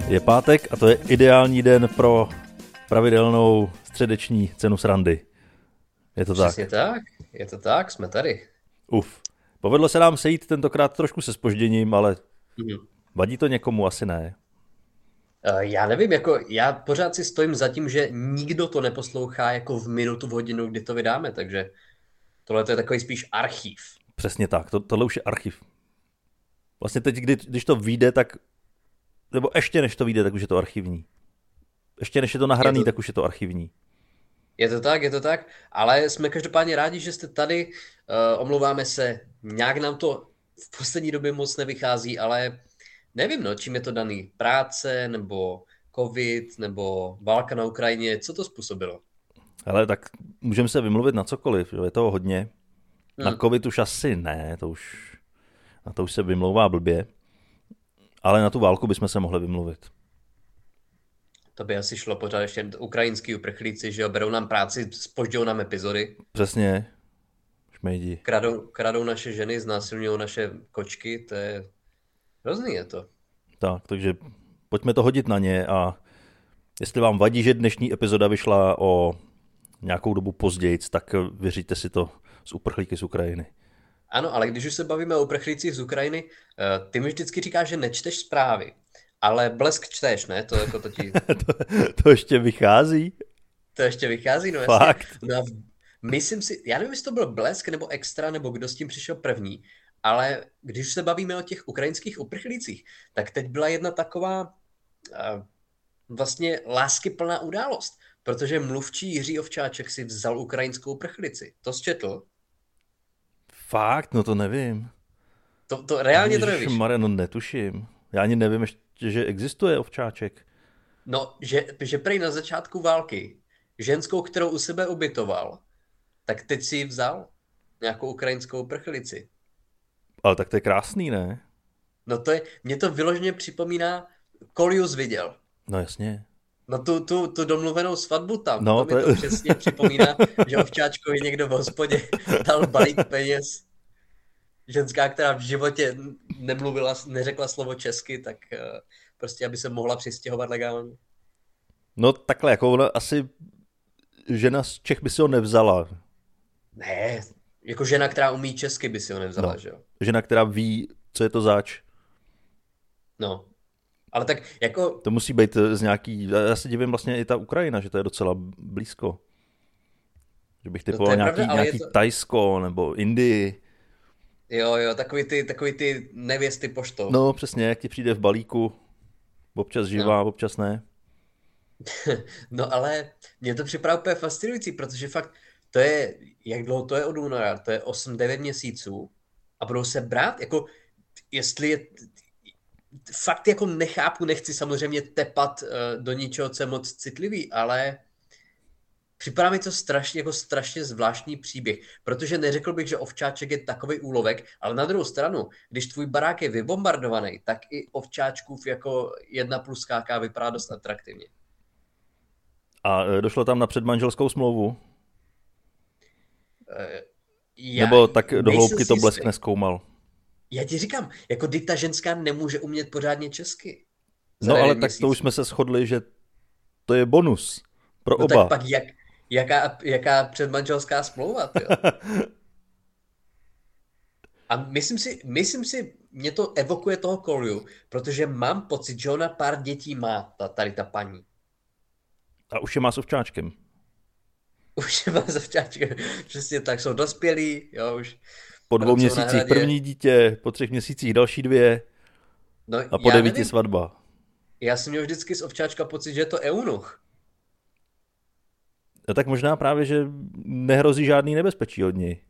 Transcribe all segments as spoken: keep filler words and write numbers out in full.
Je pátek a to je ideální den pro pravidelnou středeční cenu srandy. Je to Přesně tak? tak, je to tak, jsme tady. Uf. Povedlo se nám sejít tentokrát trošku se zpožděním, ale Mhm. vadí to někomu? Asi ne. Eh, Já nevím, jako já pořád si stojím za tím, že nikdo to neposlouchá jako v minutu, v hodinu, kdy to vydáme, takže tohle to je takový spíš archív. Přesně tak, to, tohle už je archiv. Vlastně teď, kdy, když to vyjde, tak, nebo ještě než to vyjde, tak už je to archivní. Ještě než je to nahraný, Je to- tak už je to archivní. Je to tak, je to tak, ale jsme každopádně rádi, že jste tady, uh, omlouváme se, nějak nám to v poslední době moc nevychází, ale nevím, no, čím je to daný, práce, nebo covid, nebo válka na Ukrajině, co to způsobilo? Ale tak můžeme se vymluvit na cokoliv, jo, je toho hodně. Na Hmm. covid už asi ne, to už, na to už se vymlouvá blbě. Ale na tu válku bychom se mohli vymluvit. To by asi šlo pořád ještě ukrajinský uprchlíci, že jo, berou nám práci, zpožďují nám epizody, Přesně, šmejdi. kradou, kradou naše ženy, znásilňují naše kočky, to je hrozný je to. Tak, takže pojďme to hodit na ně a jestli vám vadí, že dnešní epizoda vyšla o nějakou dobu později, tak vyřiďte si to z uprchlíky z Ukrajiny. Ano, ale když už se bavíme o uprchlících z Ukrajiny, eh, ty mi vždycky říkáš, že nečteš zprávy, ale Blesk čteš, ne? To jako to ti, to, to ještě vychází? to ještě vychází, no jasně. Fakt? No a v- myslím si, já nevím, jestli to byl Blesk nebo Extra, nebo kdo s tím přišel první, ale když se bavíme o těch ukrajinských uprchlících, tak teď byla jedna taková eh, vlastně láskyplná událost, protože mluvčí Jiří Ovčáček si vzal ukrajinskou uprchlici. To zčetl? Fakt? No to nevím. To, to reálně to nevíš. Ježišmarja, no netuším. Já ani nevím ještě, že existuje ovčáček. No, že, že prej na začátku války ženskou, kterou u sebe ubytoval, tak teď si ji vzal nějakou ukrajinskou uprchlici. Ale tak to je krásný, ne? No to je, mě to vyloženě připomíná, Kolius viděl. No jasně. No tu, tu, tu domluvenou svatbu tam, No, to mi to je- to přesně připomíná, že Ovčáčkovi někdo v hospodě dal balík peněz. Ženská, která v životě nemluvila, neřekla slovo česky, tak eh, prostě, aby se mohla přistěhovat legálně. No takhle, jako ona asi žena z Čech by si ho nevzala. Ne, jako žena, která umí česky, by si ho nevzala, No. že jo? Žena, která ví, co je to zač. No, ale tak jako, To musí být z nějaký, já se divím vlastně i ta Ukrajina, že to je docela blízko. Že bych to typoval je nějaký, pravda, ale je nějaký to- Tajsko nebo Indii. jo, jo, takový ty, takový ty nevěsty poštou. No přesně, jak ti přijde v balíku. Občas živá, občas ne. No ale mě to připadá úplně fascinující, protože fakt to je, jak dlouho to je od února, to je osm devět měsíců a budou se brát, jako jestli je, fakt jako nechápu, nechci samozřejmě tepat uh, do ničeho, co je moc citlivý, ale připadá mi to strašně jako strašně zvláštní příběh, protože neřekl bych, že ovčáček je takový úlovek, ale na druhou stranu, když tvůj barák je vybombardovaný, tak i ovčáčkův jako jedna plus ká ká vypadá dost atraktivně. A e, došlo tam na předmanželskou smlouvu? Eh, Já Nebo tak do nejsem hloubky si to jistý. Blesk nezkoumal? Já ti říkám, jako teď ta ženská nemůže umět pořádně česky. Za No ale devět tak to měsíců. už jsme se shodli, že to je bonus pro No oba. tak pak jak, jaká, jaká předmanželská smlouva, tyjo? A myslím si, myslím si, mě to evokuje toho Koliu, protože mám pocit, že ona pár dětí má, ta, tady ta paní. A už je má s ovčáčkem. Už je má zavčáčkem. Přesně tak, jsou dospělí, jo, už. Po dvou pracují na měsících hradě. první dítě, po třech měsících další dvě No, a po já devíti nevím, svatba. já jsem měl vždycky z ovčáčka pocit, že je to eunuch. A tak možná právě, že nehrozí žádný nebezpečí od něj.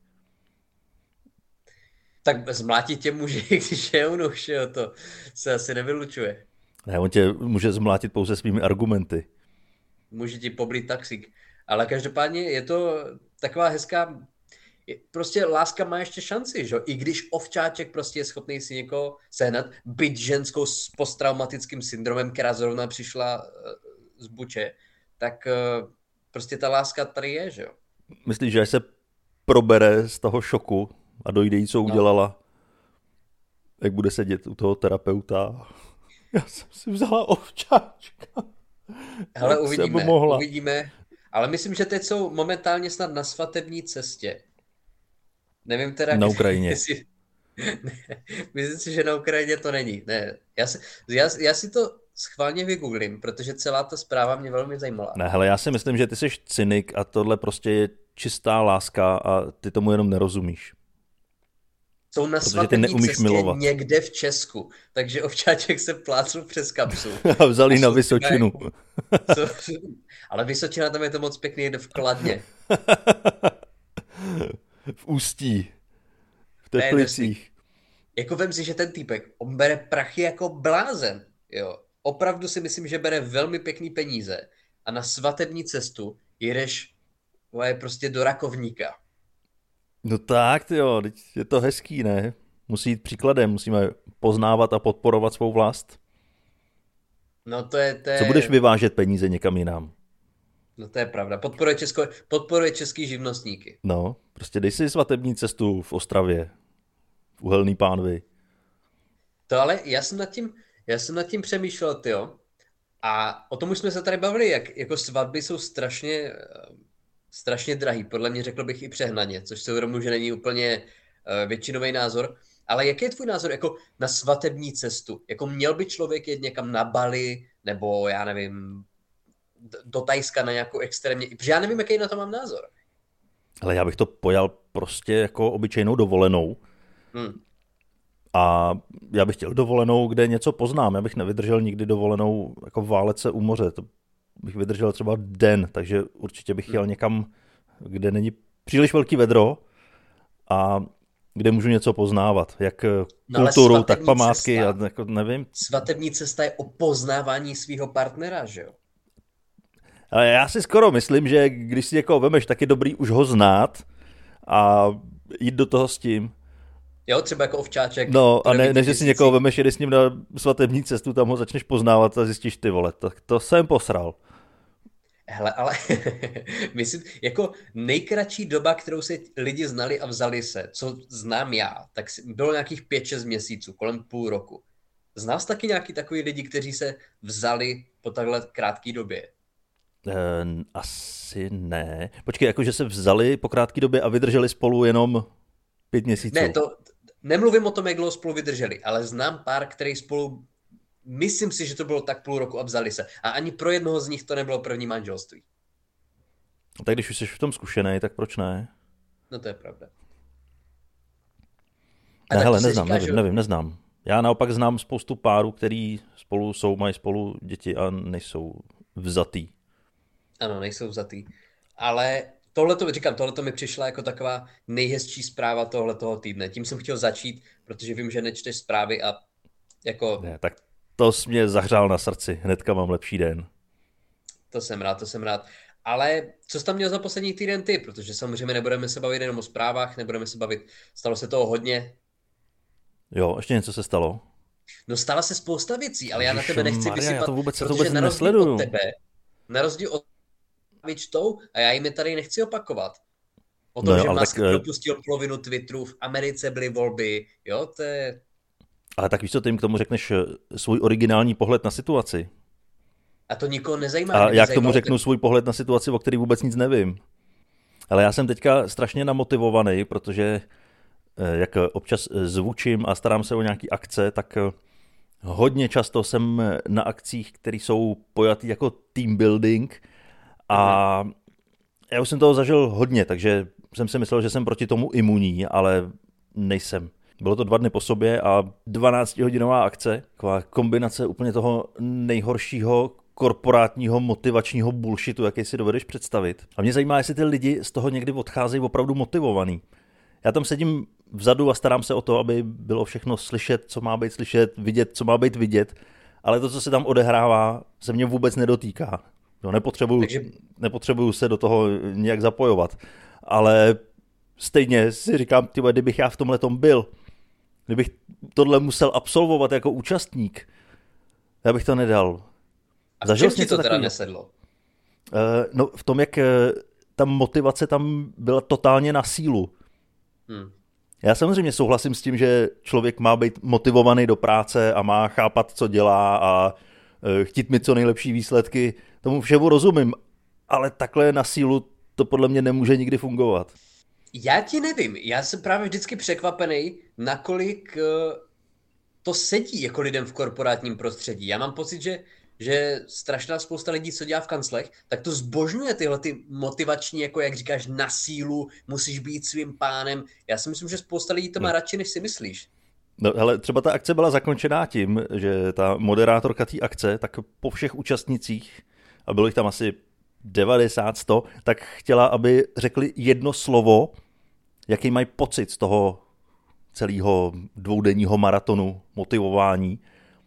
Tak zmlátit tě může, když je eunuch, že jo, to se asi nevylučuje. Ne, on tě může zmlátit pouze svými argumenty. Může ti poblít taxík. Ale každopádně je to taková hezká, je- prostě láska má ještě šanci, že jo? I když ovčáček prostě je schopný si někoho sehnat, byť ženskou s posttraumatickým syndromem, která zrovna přišla eh, z Buče, tak eh, prostě ta láska tady je, že jo? Myslíš, že až se probere z toho šoku a dojde jí, co udělala, jak bude sedět u toho terapeuta? Já jsem si vzala ovčáčka. Hele, Jak jsem uvidíme, mohla. uvidíme. Ale myslím, že teď jsou momentálně snad na svatební cestě. Nevím teda, Na kdy- Ukrajině. jestli... Ne, myslím si, že na Ukrajině to není. Ne, já si, já, já si to schválně vygooglím, protože celá ta zpráva mě velmi zajímala. Ne, hele, já si myslím, že ty jsi cynik a tohle prostě je čistá láska a ty tomu jenom nerozumíš. Jsou na Protože ty svatební neumíš cestě milovat. někde v Česku, takže ovčáček se plácl přes kapsu. A vzali A na šli Vysočinu. Co- Ale Vysočina, tam je to moc pěkný, jde v Kladně. V Ústí. V Ne, Teplicích. Jako vem si, že ten týpek, on bere prachy jako blázen, jo. Opravdu si myslím, že bere velmi pěkný peníze a na svatební cestu jedeš vole, prostě do Rakovníka. No tak, ty jo, teď je to hezký, ne? Musí jít příkladem, musíme poznávat a podporovat svou vlast. No to je, to je, Co budeš vyvážet peníze někam jinam? no to je pravda. Podporuje, Česko, podporuje český živnostníky. No, prostě dej si svatební cestu v Ostravě, v Uhelný Pánvi. To ale já jsem nad tím, já jsem nad tím přemýšlel, tyjo. A o tom už jsme se tady bavili, jak jako svatby jsou strašně, eh, strašně drahý. Podle mě řekl bych i přehnaně, což se uvědomuji, že není úplně uh, většinový názor. Ale jaký je tvůj názor jako na svatební cestu? Jako měl by člověk jet někam na Bali, nebo já nevím, d- do Tajska na nějakou extrémně... Protože já nevím, jaký na to mám názor. Ale já bych to pojal prostě jako obyčejnou dovolenou. Hm. A já bych chtěl dovolenou, kde něco poznám. Já bych nevydržel nikdy dovolenou jako válet se u moře. To bych vydržel třeba den, takže určitě bych chtěl někam, kde není příliš velký vedro a kde můžu něco poznávat. Jak No ale kulturu, tak svatební památky, cesta- a jako nevím. Svatební cesta je o poznávání svého partnera, že jo? Ale já si skoro myslím, že když si někoho vemeš, tak je dobrý už ho znát a jít do toho s tím. Jo, třeba jako ovčáček. No a který ne, vidí než že si tisíci- někoho vemeš, jedi s ním na svatební cestu, tam ho začneš poznávat a zjistíš, ty vole, tak to jsem posral. Hele, ale myslím, jako nejkratší doba, kterou se lidi znali a vzali se, co znám já, tak si- bylo nějakých pět šest měsíců, kolem půl roku. Znal jsi taky nějaký takový lidi, kteří se vzali po takhle krátké době? E, asi ne. Počkej, jakože se vzali po krátké době a vydrželi spolu jenom pět měsíců. Ne, to nemluvím o tom, jak dlouho spolu vydrželi, ale znám pár, který spolu, myslím si, že to bylo tak půl roku a vzali se. A ani pro jednoho z nich to nebylo první manželství. Tak když už jsi v tom zkušený, tak proč ne? No to je pravda. A Ne, tak hele, to se neznám, říká, nevím, že- nevím, neznám. Já naopak znám spoustu párů, který spolu jsou, mají spolu děti a nejsou vzatý. Ano, nejsou vzatý. Ale tohle to říkám, tohle to mi přišla jako taková nejhezčí zpráva tohletoho týdne. Tím jsem chtěl začít, protože vím, že nečteš zprávy a jako Ne, tak to jsi mě zahřál na srdci. Hnedka mám lepší den. to jsem rád, to jsem rád. Ale co jsi tam měl za poslední týden ty? Protože samozřejmě nebudeme se bavit jenom o zprávách, nebudeme se bavit, stalo se toho hodně. Jo, ještě něco se stalo. No stala se spousta věcí, ale já na tebe nechci Ježišmarja, já vysypat, to vůbec- já to protože vůbec na rozdíl nesleduju. od tebe, na rozdíl od čtou, a já jim je tady nechci opakovat. O tom, No jo, že ale Musk tak, eh, propustil polovinu Twitterů, v Americe byly volby, jo, to je... Ale tak víš co, ty jim k tomu řekneš eh, svůj originální pohled na situaci. A to nikoho nezajímá. A Mě já k tomu zajímalo řeknu ten- svůj pohled na situaci, o který vůbec nic nevím. Ale já jsem teďka strašně namotivovaný, protože eh, jak občas eh, zvučím a starám se o nějaký akce, tak eh, hodně často jsem na akcích, které jsou pojatý jako team building a já už jsem toho zažil hodně, takže jsem si myslel, že jsem proti tomu imunní, ale nejsem. Bylo to dva dny po sobě a dvanáctihodinová akce, taková kombinace úplně toho nejhoršího korporátního motivačního bullshitu, jaký si dovedeš představit. A mě zajímá, jestli ty lidi z toho někdy odcházejí opravdu motivovaný. Já tam sedím vzadu a starám se o to, aby bylo všechno slyšet, co má být slyšet, vidět, co má být vidět, ale to, co se tam odehrává, se mě vůbec nedotýká. No, nepotřebuju, Takže- nepotřebuju se do toho nějak zapojovat, ale stejně si říkám, tyhle, kdybych já v tomhle tom byl, kdybych tohle musel absolvovat jako účastník, já bych to nedal. A v Zažil čem jsi ti něco to teda takového? nesedlo? Uh, no v tom, jak uh, ta motivace tam byla totálně na sílu. Hm. Já samozřejmě souhlasím s tím, že člověk má být motivovaný do práce a má chápat, co dělá a chtít mít co nejlepší výsledky. Tomu všemu rozumím, ale takhle na sílu to podle mě nemůže nikdy fungovat. Já ti nevím, já jsem právě vždycky překvapený, nakolik to sedí jako lidem v korporátním prostředí. Já mám pocit, že, že strašná spousta lidí, co dělá v kanclech, tak to zbožňuje tyhle ty motivační, jako jak říkáš, na sílu, musíš být svým pánem. Já si myslím, že spousta lidí to má radši, než si myslíš. No, hele, třeba ta akce byla zakončená tím, že ta moderátorka té akce, tak po všech účastnicích, a bylo jich tam asi devadesát, sto, tak chtěla, aby řekli jedno slovo, jaký mají pocit z toho celého dvoudenního maratonu, motivování.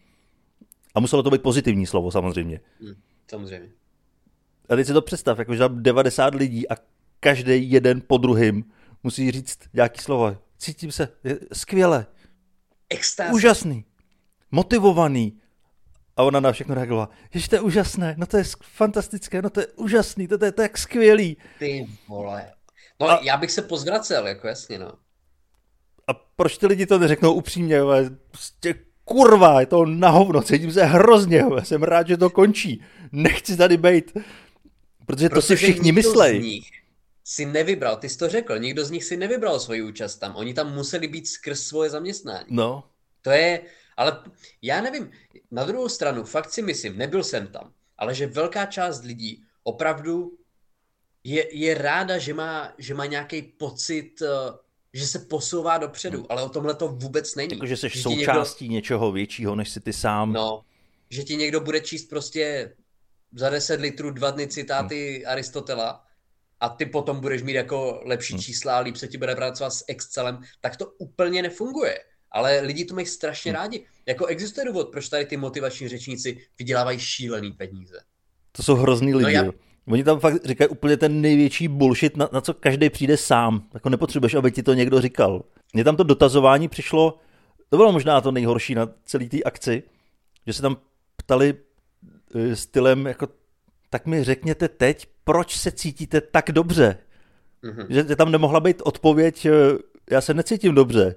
A muselo to být pozitivní slovo, samozřejmě. Hmm, samozřejmě. A teď si to představ, jakože tam devadesát lidí a každý jeden po druhým musí říct nějaký slovo. Cítím se skvěle. Extáze. Úžasný. Motivovaný. A ona na všechno reagovala. Jež to je úžasné, no to je fantastické, no to je úžasný, to, to je tak skvělý. Ty vole. No a já bych se pozvracel, jako jasně, no. A proč ty lidi to neřeknou upřímně? Prostě kurva, je to na hovno, cítím se hrozně, jsem rád, že to končí. Nechci tady bejt. Protože to Protože si všichni myslej. Si nevybral, ty jsi to řekl, nikdo z nich si nevybral svoji účast tam. Oni tam museli být skrz svoje zaměstnání. No. To je, ale já nevím, na druhou stranu, fakt si myslím, nebyl jsem tam, ale že velká část lidí opravdu je, je ráda, že má, že má nějaký pocit, že se posouvá dopředu, hmm. ale o tomhle to vůbec není. Jako, že jsi že součástí někdo, něčeho většího, než si ty sám. No, že ti někdo bude číst prostě za deset litrů dva dny citáty hmm. Aristotela a ty potom budeš mít jako lepší hmm. čísla a líp se ti bude pracovat s Excelem, tak to úplně nefunguje. Ale lidi to mají strašně hmm. rádi. Jako existuje důvod, proč tady ty motivační řečníci vydělávají šílený peníze. To jsou hrozný lidi. No já... Oni tam fakt říkají úplně ten největší bullshit, na, na co každý přijde sám. Jako nepotřebuješ, aby ti to někdo říkal. Mně tam to dotazování přišlo, to bylo možná to nejhorší na celé té akci, že se tam ptali uh, stylem, jako, tak mi řekněte teď, proč se cítíte tak dobře. Mm-hmm. Že tam nemohla být odpověď, uh, já se necítím dobře.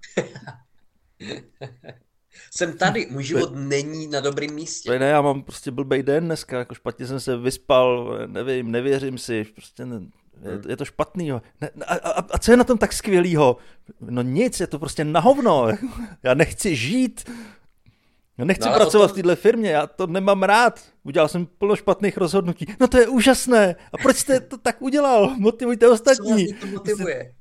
Jsem tady, můj život není na dobrém místě. Ne, já mám prostě blbej den dneska, jako špatně jsem se vyspal, nevím, nevěřím si, prostě ne, je, je to špatný. Ne, a, a, a co je na tom tak skvělýho? No nic, je to prostě na hovno. Já nechci žít. Já nechci no, pracovat tom... v této firmě, já to nemám rád. Udělal jsem plno špatných rozhodnutí. No to je úžasné. A proč jste to tak udělal? Motivujte ostatní. Co to motivuje?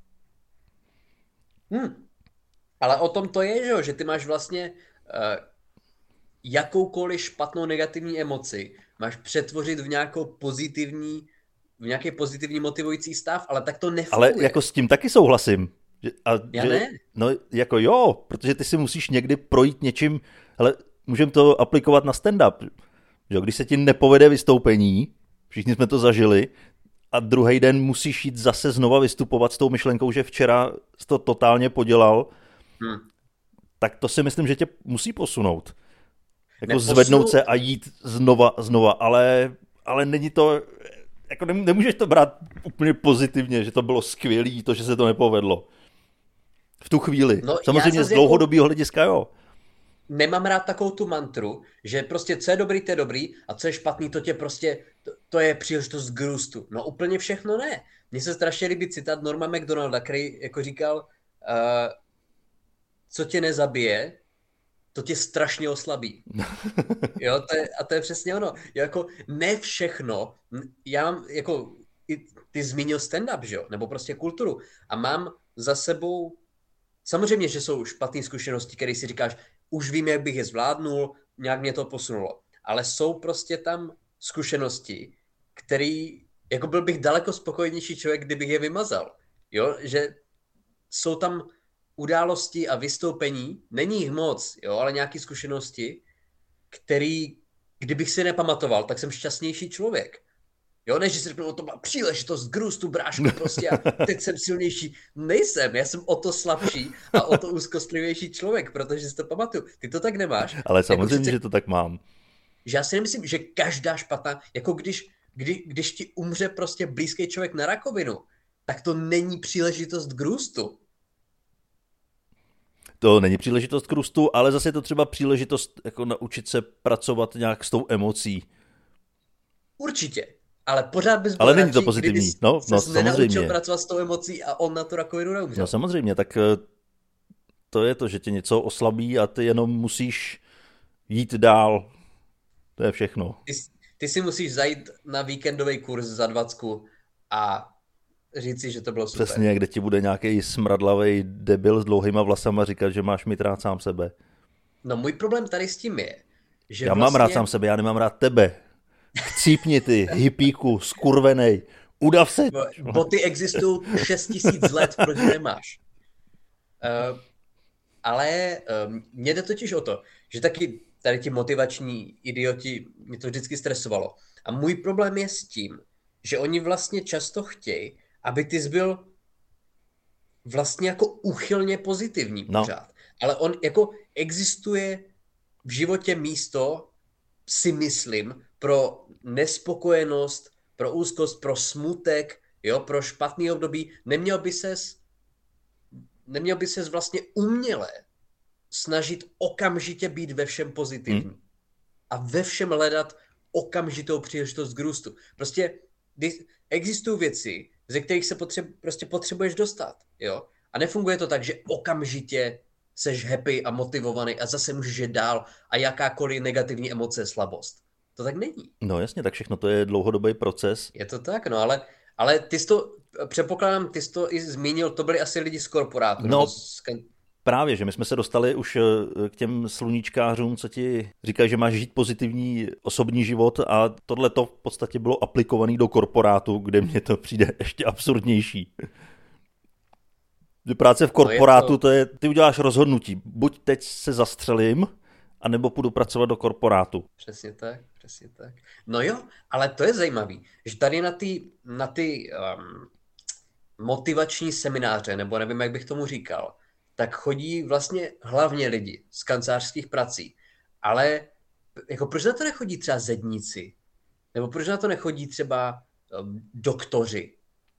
Hm. Ale o tom to je, že, že ty máš vlastně uh, jakoukoliv špatnou negativní emoci máš přetvořit v nějakou pozitivní, v nějaký pozitivní motivující stav, ale tak to nefunguje. Ale jako s tím taky souhlasím. Že, a, Já že, ne. No jako jo, protože ty si musíš někdy projít něčím, hele, můžeme to aplikovat na stand-up. Že, když se ti nepovede vystoupení, všichni jsme to zažili, a druhý den musíš jít zase znova vystupovat s tou myšlenkou, že včera jsi to totálně podělal, Hmm. tak to si myslím, že tě musí posunout. Jako Neposunu... zvednout se a jít znova, znova, ale, ale není to, jako nemůžeš to brát úplně pozitivně, že to bylo skvělý, to, že se to nepovedlo. V tu chvíli. No, samozřejmě z dlouhodobého jako... hlediska, jo. Nemám rád takovou tu mantru, že prostě co je dobrý, to je dobrý a co je špatný, to tě prostě, to, to je příležitost k růstu. No úplně všechno ne. Mně se strašně líbí citát Norma McDonalda, který jako říkal, uh, co tě nezabije, to tě strašně oslabí. Jo, to je, a to je přesně ono. Jako ne všechno, já mám, jako, ty zmínil stand-up, že jo, nebo prostě kulturu a mám za sebou, samozřejmě, že jsou špatné zkušenosti, které si říkáš, už vím, jak bych je zvládnul, nějak mě to posunulo, ale jsou prostě tam zkušenosti, které, jako byl bych daleko spokojenější člověk, kdybych je vymazal. Jo, že jsou tam události a vystoupení, není jich moc, jo, ale nějaké zkušenosti, který, kdybych si nepamatoval, tak jsem šťastnější člověk. Jo, než si řeknu, o to má příležitost k růstu, brášku, prostě a teď jsem silnější. Nejsem, já jsem o to slabší a o to úzkostlivější člověk, protože si to pamatuju. Ty to tak nemáš. Ale samozřejmě, jako, že, že to tak mám. Že já si nemyslím, že každá špatná, jako když, kdy, když ti umře prostě blízký člověk na rakovinu, tak to není příležitost k růstu. to není příležitost k růstu, ale zase je to třeba příležitost jako naučit se pracovat nějak s tou emocí. Určitě. Ale pořád bys byl ale není radši, to pozitivní. kdybys No, no, ses nenaučil samozřejmě. pracovat s tou emocí a on na tu rakovinu neumřel. No samozřejmě, tak to je to, že tě něco oslabí a ty jenom musíš jít dál. To je všechno. Ty, ty si musíš zajít na víkendový kurz za dvacku a říct si, že to bylo super. Přesně, kde ti bude nějaký smradlavej debil s dlouhýma vlasama říkat, že máš mít rád sám sebe. No můj problém tady s tím je, že Já vlastně... mám rád sám sebe, já nemám rád tebe. Chcípni ty, hippíku, skurvenej. Udav se. Boty existují šest tisíc let, proč nemáš? Uh, ale uh, mě jde totiž o to, že taky tady ti motivační idioti, mě to vždycky stresovalo. A můj problém je s tím, že oni vlastně často chtějí, aby ty byl vlastně jako úchylně pozitivní pořád. No. Ale on jako existuje v životě místo, si myslím, pro nespokojenost, pro úzkost, pro smutek, jo, pro špatný období. Neměl by ses, neměl by ses vlastně uměle snažit okamžitě být ve všem pozitivní. Hmm. A ve všem hledat okamžitou příležitost k růstu. Prostě existují věci, ze kterých se potřeb, prostě potřebuješ dostat, jo. A nefunguje to tak, že okamžitě seš happy a motivovaný a zase můžeš jít dál a jakákoliv negativní emoce je slabost. To tak není. No jasně, tak všechno to je dlouhodobý proces. Je to tak, no ale, ale ty jsi to, předpokládám, ty jsi to i zmínil, to byli asi lidi z korporátu. No z... právě, že my jsme se dostali už k těm sluníčkářům, co ti říkají, že máš žít pozitivní osobní život a tohle to v podstatě bylo aplikované do korporátu, kde mně to přijde ještě absurdnější. Práce v korporátu, no je to... to je, ty uděláš rozhodnutí, buď teď se zastřelím, anebo půjdu pracovat do korporátu. Přesně tak, přesně tak. No jo, ale to je zajímavý, že tady na ty, na ty um, motivační semináře, nebo nevím, jak bych tomu říkal, tak chodí vlastně hlavně lidi z kancelářských prací. Ale jako proč na to nechodí třeba zedníci? Nebo proč na to nechodí třeba um, doktoři?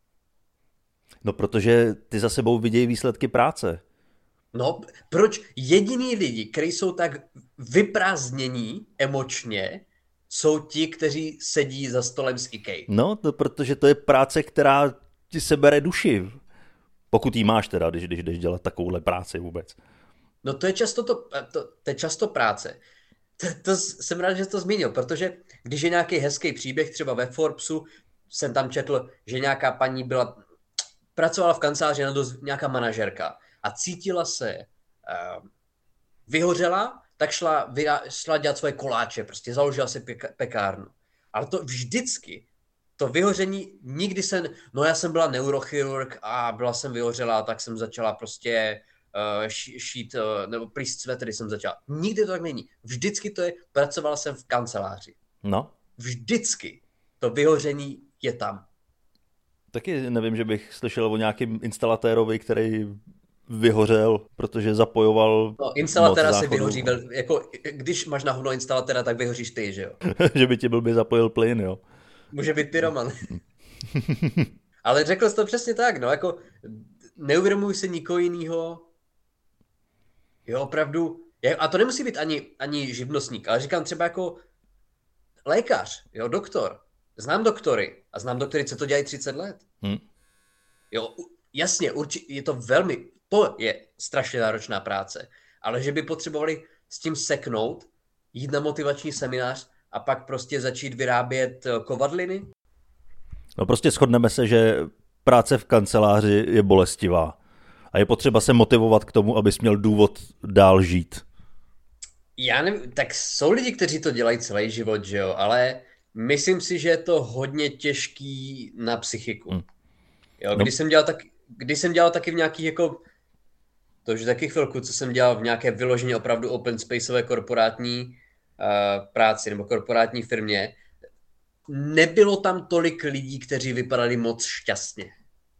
No, protože ty za sebou vidějí výsledky práce. No, proč jediný lidi, kteří jsou tak vyprázdnění emočně, jsou ti, kteří sedí za stolem s IKEA? No, to protože to je práce, která ti sebere duši. Pokud jí máš teda, když, když jdeš dělat takovouhle práci vůbec. No to je často, to, to, to je často práce. To, to jsem rád, že jsi to zmínil, protože když je nějaký hezký příběh, třeba ve Forbesu, jsem tam četl, že nějaká paní byla, pracovala v kanceláři, nějaká manažerka a cítila se uh, vyhořela, tak šla, vyrá, šla dělat svoje koláče, prostě založila si peka, pekárnu. Ale to vždycky, to vyhoření, nikdy jsem, no já jsem byla neurochirurg a byla jsem vyhořela, tak jsem začala prostě uh, šít, uh, nebo plíst svetry jsem začala. Nikdy to tak není. Vždycky to je, pracovala jsem v kanceláři. No. Vždycky to vyhoření je tam. Taky nevím, že bych slyšel o nějakým instalatérovi, který vyhořel, protože zapojoval no, instalatéra se vyhoří, jako když máš na hovno instalatéra, tak vyhoříš ty, že jo? Že by ti blbě zapojil plyn, jo? Může být pyroman. Ale řekl jsi to přesně tak, no, jako neuvědomuj se nikoho jinýho, jo, opravdu, a to nemusí být ani, ani živnostník, ale říkám třeba jako lékař, jo, doktor. Znám doktory a znám doktory, co to dělají třicet let. Hmm. Jo, jasně, určitě je to velmi, to je strašně náročná práce, ale že by potřebovali s tím seknout, jít na motivační seminář a pak prostě začít vyrábět kovadliny? No prostě shodneme se, že práce v kanceláři je bolestivá a je potřeba se motivovat k tomu, abys měl důvod dál žít. Já nevím, tak jsou lidi, kteří to dělají celý život, že jo, ale myslím si, že je to hodně těžký na psychiku. Hmm. Jo, když, no. jsem dělal tak, když jsem dělal taky v nějakých jako, to už taky chvilku, co jsem dělal v nějaké vyloženě opravdu open spaceové korporátní uh, práci nebo korporátní firmě, nebylo tam tolik lidí, kteří vypadali moc šťastně.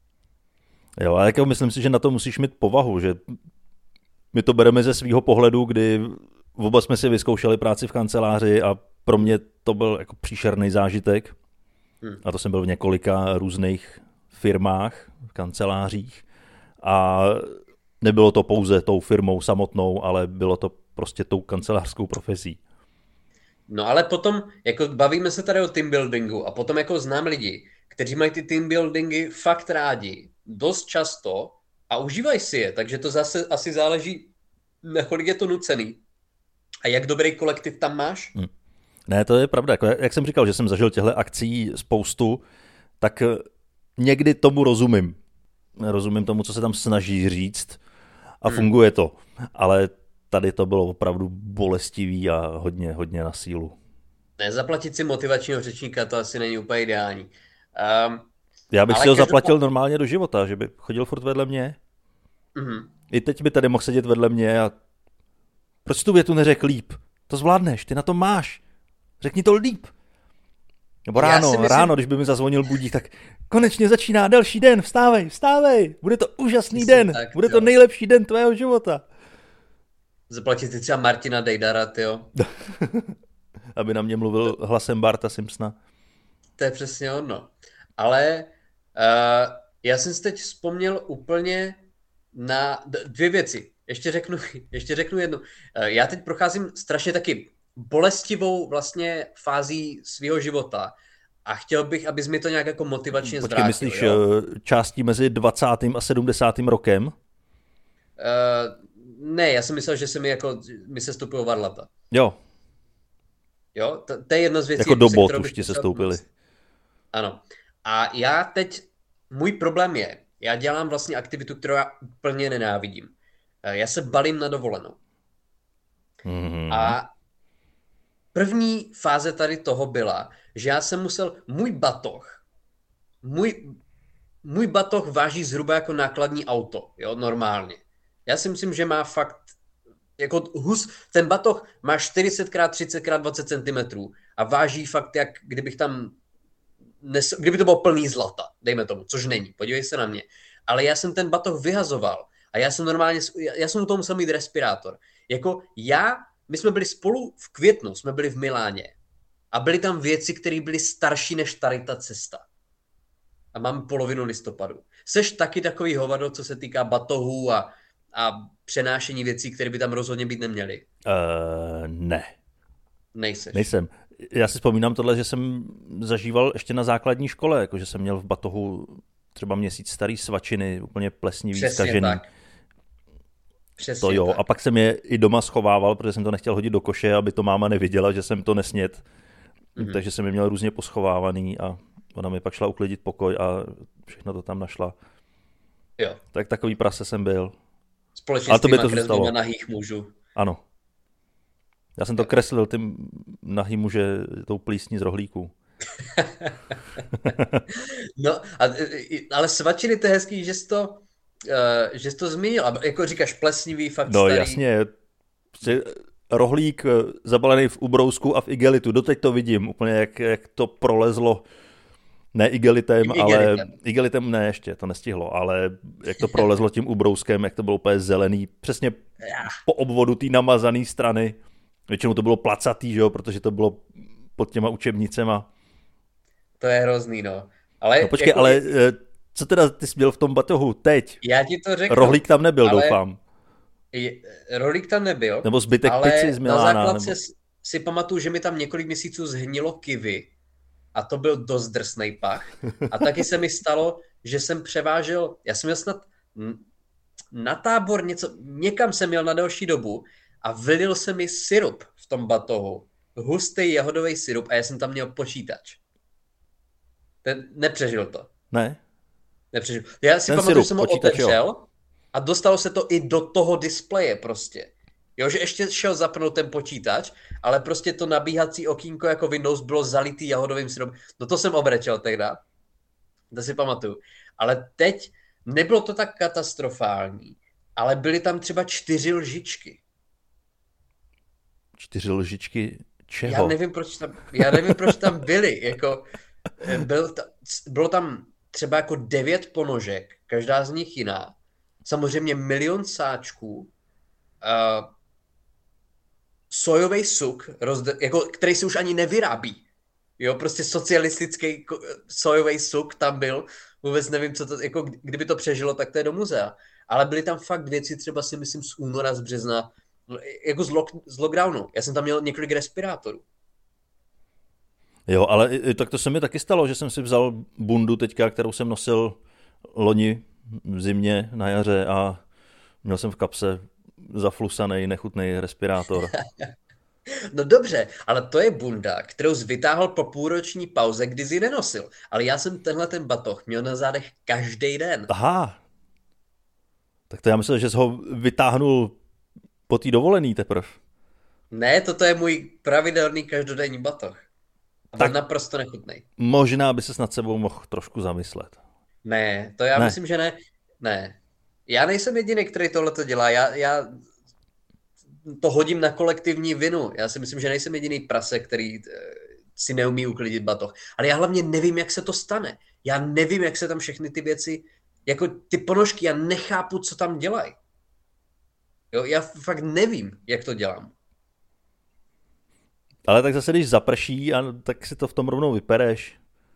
Jo, ale jako myslím si, že na to musíš mít povahu, že my to bereme ze svýho pohledu, kdy oba jsme si vyzkoušeli práci v kanceláři a pro mě to byl jako příšerný zážitek. Hmm. A to jsem byl v několika různých firmách, v kancelářích. A nebylo to pouze tou firmou samotnou, ale bylo to prostě tou kancelářskou profesí. No ale potom, jako bavíme se tady o team buildingu a potom jako znám lidi, kteří mají ty team buildingy fakt rádi, dost často a užívají si je, takže to zase asi záleží, nakolik je to nucený. A jak dobrý kolektiv tam máš? Hmm. Ne, to je pravda. Jako, jak jsem říkal, že jsem zažil těchto akcí spoustu, tak někdy tomu rozumím. Rozumím tomu, co se tam snaží říct a funguje to. Ale tady to bylo opravdu bolestivý a hodně, hodně na sílu. Ne, zaplatit si motivačního řečníka, to asi není úplně ideální. Um, Já bych si ho zaplatil to... normálně do života, že by chodil furt vedle mě. Mm-hmm. I teď by tady mohl sedět vedle mě a proč tu větu neřekl líp? To zvládneš, ty na to máš. Řekni to líp. Nebo ráno, myslím... ráno, když by mi zazvonil budík, tak konečně začíná další den, vstávej, vstávej, bude to úžasný myslím den, tak, bude jo. to nejlepší den tvého života. Zaplatit si třeba Martina Dejdara, tyjo. Aby na mě mluvil hlasem Barta Simpsona. To je přesně ono. Ale uh, já jsem si teď vzpomněl úplně na dvě věci. Ještě řeknu, ještě řeknu jednu. Uh, já teď procházím strašně taky bolestivou vlastně fází svého života a chtěl bych, abys mi to nějak jako motivačně Počkej, zvrátil. myslíš jo? částí mezi dvacátým a sedmdesátým rokem? Uh, ne, já jsem myslel, že se mi jako, mi se stupují varlata. Jo. Jo, to, to je jedna z věcí. Jako do bot už ti se stoupily. Ano. A já teď, můj problém je, já dělám vlastně aktivitu, kterou já úplně nenávidím. Já se balím na dovolenou. Mm-hmm. A první fáze tady toho byla, že já jsem musel, můj batoh, můj, můj batoh váží zhruba jako nákladní auto, jo, normálně. Já si myslím, že má fakt, jako hus, ten batoh má čtyřicet krát třicet krát dvacet centimetrů a váží fakt, jak kdybych tam, nes, kdyby to bylo plný zlata, dejme tomu, což není, podívej se na mě. Ale já jsem ten batoh vyhazoval a já jsem normálně, já jsem u toho musel mít respirátor. Jako já, my jsme byli spolu v květnu, jsme byli v Miláně a byly tam věci, které byly starší než tady ta cesta. A máme polovinu listopadu. Seš taky takový hovado, co se týká batohů a, a přenášení věcí, které by tam rozhodně být neměly? Uh, ne. Nejseš. Nejsem. Já si vzpomínám tohle, že jsem zažíval ještě na základní škole, jako že jsem měl v batohu třeba měsíc starý svačiny, úplně plesnivý, Přesně zkažený. Tak. Přesně to jo, tak. A pak jsem je i doma schovával, protože jsem to nechtěl hodit do koše, aby to máma neviděla, že jsem to nesnět. Mm-hmm. Takže jsem je měl různě poschovávaný a ona mi pak šla uklidit pokoj a všechno to tam našla. Jo. Tak takový prase jsem byl. Společně ale s to by to týma zůstalo. Na nahých mužů. Ano. Já jsem to kreslil tím nahý muže tou plísní z rohlíků. No, a, ale svačiny, to je hezký, že jsi to, uh, že jsi to zmínil. A jako říkáš, plesnivý, fakt No starý. jasně, prostě rohlík zabalený v ubrousku a v igelitu. Doteď to vidím, úplně jak, jak to prolezlo, ne igelitem, Tím ale igelitem. igelitem ne ještě, to nestihlo, ale jak to prolezlo tím ubrouskem, jak to bylo úplně zelený, přesně po obvodu té namazané strany. Většinou to bylo placatý, že jo, protože to bylo pod těma učebnicema. To je hrozný, no. Ale, No počkej, jako, ale co teda ty jsi měl v tom batohu teď? já ti to řeknu. Rohlík tam nebyl, ale, doufám. Je, rohlík tam nebyl. Nebo zbytek ale pici z Milána. Ale na základce nebo... si pamatuju, že mi tam několik měsíců zhnilo kiwi. A to byl dost drsnej pach. A taky se mi stalo, že jsem převážel, já jsem měl snad na tábor něco, někam jsem měl na delší dobu a vylil se mi syrup v tom batohu. Hustý jahodový syrup a já jsem tam měl počítač. Ten nepřežil to. Ne? Nepřežil. Já si Ten pamatuju, syrup, že jsem ho počítač, otevřel jo. a dostalo se to i do toho displeje prostě. Jo, že ještě šel zapnout ten počítač, ale prostě to nabíhací okýnko jako Windows bylo zalitý jahodovým syrupem. No to jsem obrečel tehda. To si pamatuju. Ale teď nebylo to tak katastrofální, ale byly tam třeba čtyři lžičky. Čtyři lžičky čeho? Já nevím, proč tam, já nevím, proč tam byly. Jako, byl ta, bylo tam třeba jako devět ponožek, každá z nich jiná. Samozřejmě milion sáčků, uh, sojový suk, rozde, jako, který se už ani nevyrábí. Jo, prostě socialistický sojový suk tam byl. Vůbec nevím, co to, jako, kdyby to přežilo, tak to je do muzea. ale byly tam fakt věci, třeba si myslím z února, z března, jako z, lock, z lockdownu. Já jsem tam měl několik respirátorů. Jo, ale tak to se mi taky stalo, že jsem si vzal bundu teďka, kterou jsem nosil loni v zimě na jaře a měl jsem v kapse zaflusaný, nechutný respirátor. No dobře, ale to je bunda, kterou jsi vytáhl po půlroční pauze, kdy jsi ji nenosil. Ale já jsem tenhle ten batoh měl na zádech každý den. Aha. Tak to já myslel, že jsi ho vytáhnul po té dovolený teprv. Ne, toto je můj pravidelný každodenní batoh. A byl Tak naprosto nechutný. možná by ses nad sebou mohl trošku zamyslet. Ne, to já Ne. myslím, že ne. Ne. Já nejsem jediný, který tohleto dělá. Já, já to hodím na kolektivní vinu. Já si myslím, že nejsem jediný prase, který eh, si neumí uklidit batoh. Ale já hlavně nevím, jak se to stane. Já nevím, jak se tam všechny ty věci, jako ty ponožky, já nechápu, co tam dělají. Jo, já fakt nevím, jak to dělám. Ale tak zase, když zaprší, a tak si to v tom rovnou vypereš.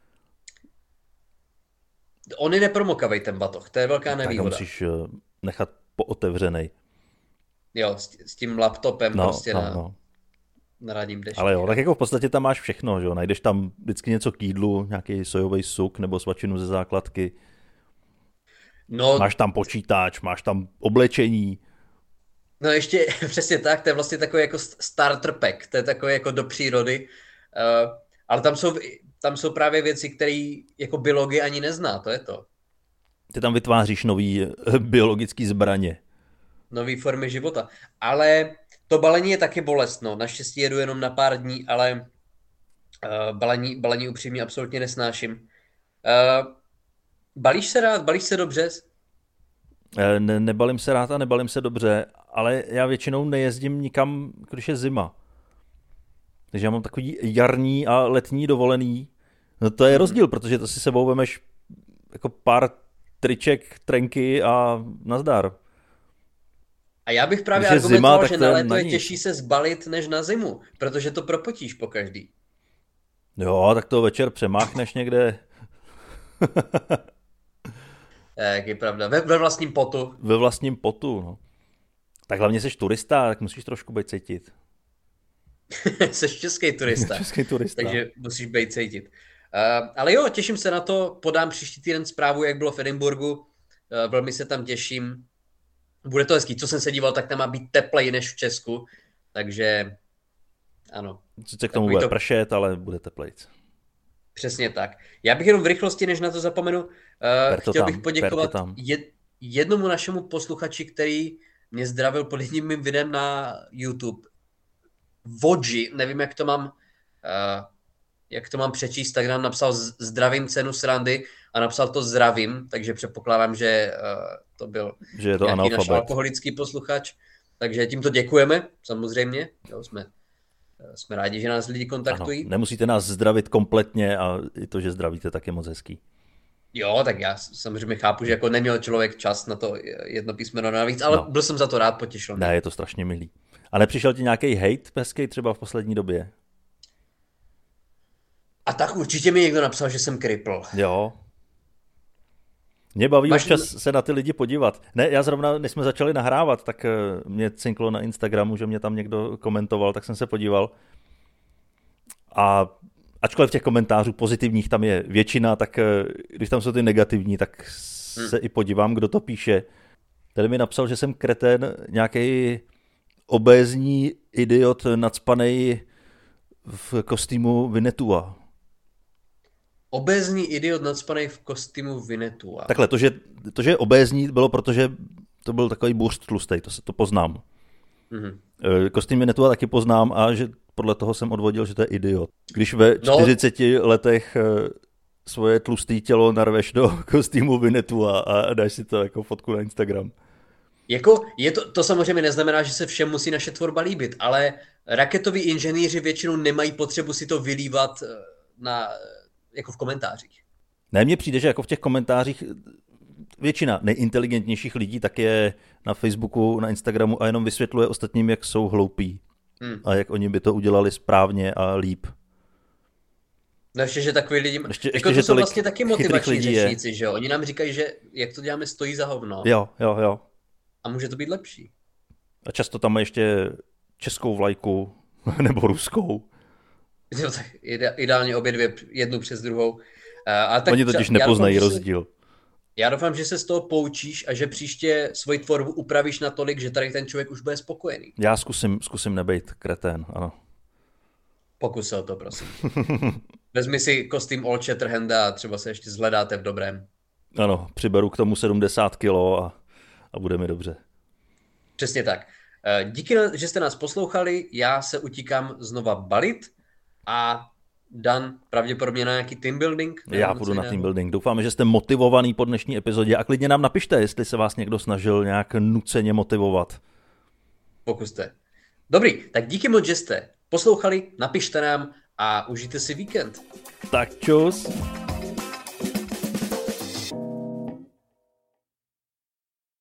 On je nepromokavej ten batoh, to je velká Tak ho nevýhoda. musíš eh, nechat pootevřenej. Jo, s, s tím laptopem No, prostě no, na, no. na radním dešti. Ale jo, tak jako v podstatě tam máš všechno, že jo? Najdeš tam vždycky něco k jídlu, nějaký sojový suk nebo svačinu ze základky. No, Máš tam počítač, máš tam oblečení. no ještě přesně tak, to je vlastně takový jako starter pack, to je takový jako do přírody, uh, ale tam jsou, tam jsou právě věci, které jako biologie ani nezná, to je to. Ty tam vytváříš nový eh, biologický zbraně. Nový formy života. Ale to balení je taky bolestno, naštěstí jedu jenom na pár dní, ale uh, balení, balení upřímně absolutně nesnáším. Uh, balíš se rád, balíš se dobře? Eh, Ne, nebalím se rád a nebalím se dobře, ale já většinou nejezdím nikam, když je zima. Takže já mám takový jarní a letní dovolený. No to je rozdíl, protože to si sebou vemeš jako pár triček, trenky a nazdar. A já bych právě Když je argumentoval, zima, tak že to na je léto na je nic. těžší se zbalit než na zimu, protože to propotíš po každý. Jo, tak to večer přemáchneš někde Jak je pravda, ve, ve vlastním potu. ve vlastním potu. No. Tak hlavně jsi turista, tak musíš trošku být cítit. Jsi český turista, Český turista. takže musíš být cítit. Uh, ale jo, těším se na to, podám příští týden zprávu, jak bylo v Edinburgu, uh, velmi se tam těším. Bude to hezký, co jsem se díval, tak tam má být teplej než v Česku, takže ano. Sice k tomu Takový bude to- pršet, ale bude teplejc. Přesně tak. Já bych jenom v rychlosti, než na to zapomenu, uh, Per to chtěl tam, bych poděkovat per to tam. jed, jednomu našemu posluchači, který mě zdravil pod jedním mým videem na YouTube. Vodži, nevím, jak to mám, uh, jak to mám přečíst, tak nám napsal z- zdravím cenu srandy a napsal to zdravím, takže předpokládám, že uh, to byl Že je to nějaký náš analfabet. alkoholický posluchač. Takže tímto děkujeme, samozřejmě. Jo, jsme, eh, jsme rádi, že nás lidi Ano, kontaktují. nemusíte nás zdravit kompletně a i to, že zdravíte, tak je moc hezký. Jo, tak já samozřejmě chápu, že jako neměl člověk čas na to jedno písmeno navíc, ale No. byl jsem za to rád, potěšil mě. Ne, je to strašně milý. A nepřišel ti nějaký hate hezký třeba v poslední době? A tak určitě mi někdo napsal, že jsem kripl. Jo. Mě baví Máš- občas se na ty lidi podívat. Ne, já zrovna, než jsme začali nahrávat, tak eh, mě cinklo na Instagramu, že mě tam někdo komentoval, tak jsem se podíval. A ačkoliv těch komentářů pozitivních tam je většina, tak eh, když tam jsou ty negativní, tak se i podívám, kdo to píše. Tady mi napsal, že jsem kretén, nějaký obézní idiot nacpanej v kostýmu Winnetua. Obézní idiot nacpanej v kostýmu Winnetua. Takhle, to že, to, že je obézní, bylo proto, že to byl takový burst tlustej, to, se, to poznám. Mhm. E, Kostým Winnetua taky poznám a že podle toho jsem odvodil, že to je idiot. Když ve No. čtyřiceti letech e, svoje tlustý tělo narveš do kostýmu Winnetua a dáš si to jako fotku na Instagram. Jako, je to, to samozřejmě neznamená, že se všem musí naše tvorba líbit, ale raketoví inženýři většinou nemají potřebu si to vylívat eh, na, jako v komentářích. Ne, mně přijde, že jako v těch komentářích většina nejinteligentnějších lidí tak je na Facebooku, na Instagramu a jenom vysvětluje ostatním, jak jsou hloupí Hmm. a jak oni by to udělali správně a líp. No ještě, že takový lidi... Ještě, jako ještě, to že jsou vlastně taky motivační lidí řečníci, je. že jo? Oni nám říkají, že jak to děláme stojí za hovno. Jo, jo, jo. A může to být lepší. A často tam mají ještě českou vlajku, nebo ruskou. Jo, tak ideálně obě dvě, jednu přes druhou. A tak Oni totiž nepoznají doufám, rozdíl. Se, já doufám, že se z toho poučíš a že příště svoji tvorbu upravíš natolik, že tady ten člověk už bude spokojený. Já zkusím, zkusím nebejt kretén, ano. Pokus se o to, prosím. Vezmi si kostým Old Shatterhanda a třeba se ještě zhledáte v dobrém. Ano, přiberu k tomu sedmdesát kilo a, a bude mi dobře. Přesně tak. Díky, že jste nás poslouchali, já se utíkám znova balit a Dan pravděpodobně na nějaký team building. Já půjdu na team building. Doufáme, že jste motivovaný po dnešní epizodě a klidně nám napište, jestli se vás někdo snažil nějak nuceně motivovat. Pokuste. Dobrý, tak díky moc, že jste poslouchali, napište nám a užijte si víkend. Tak čus.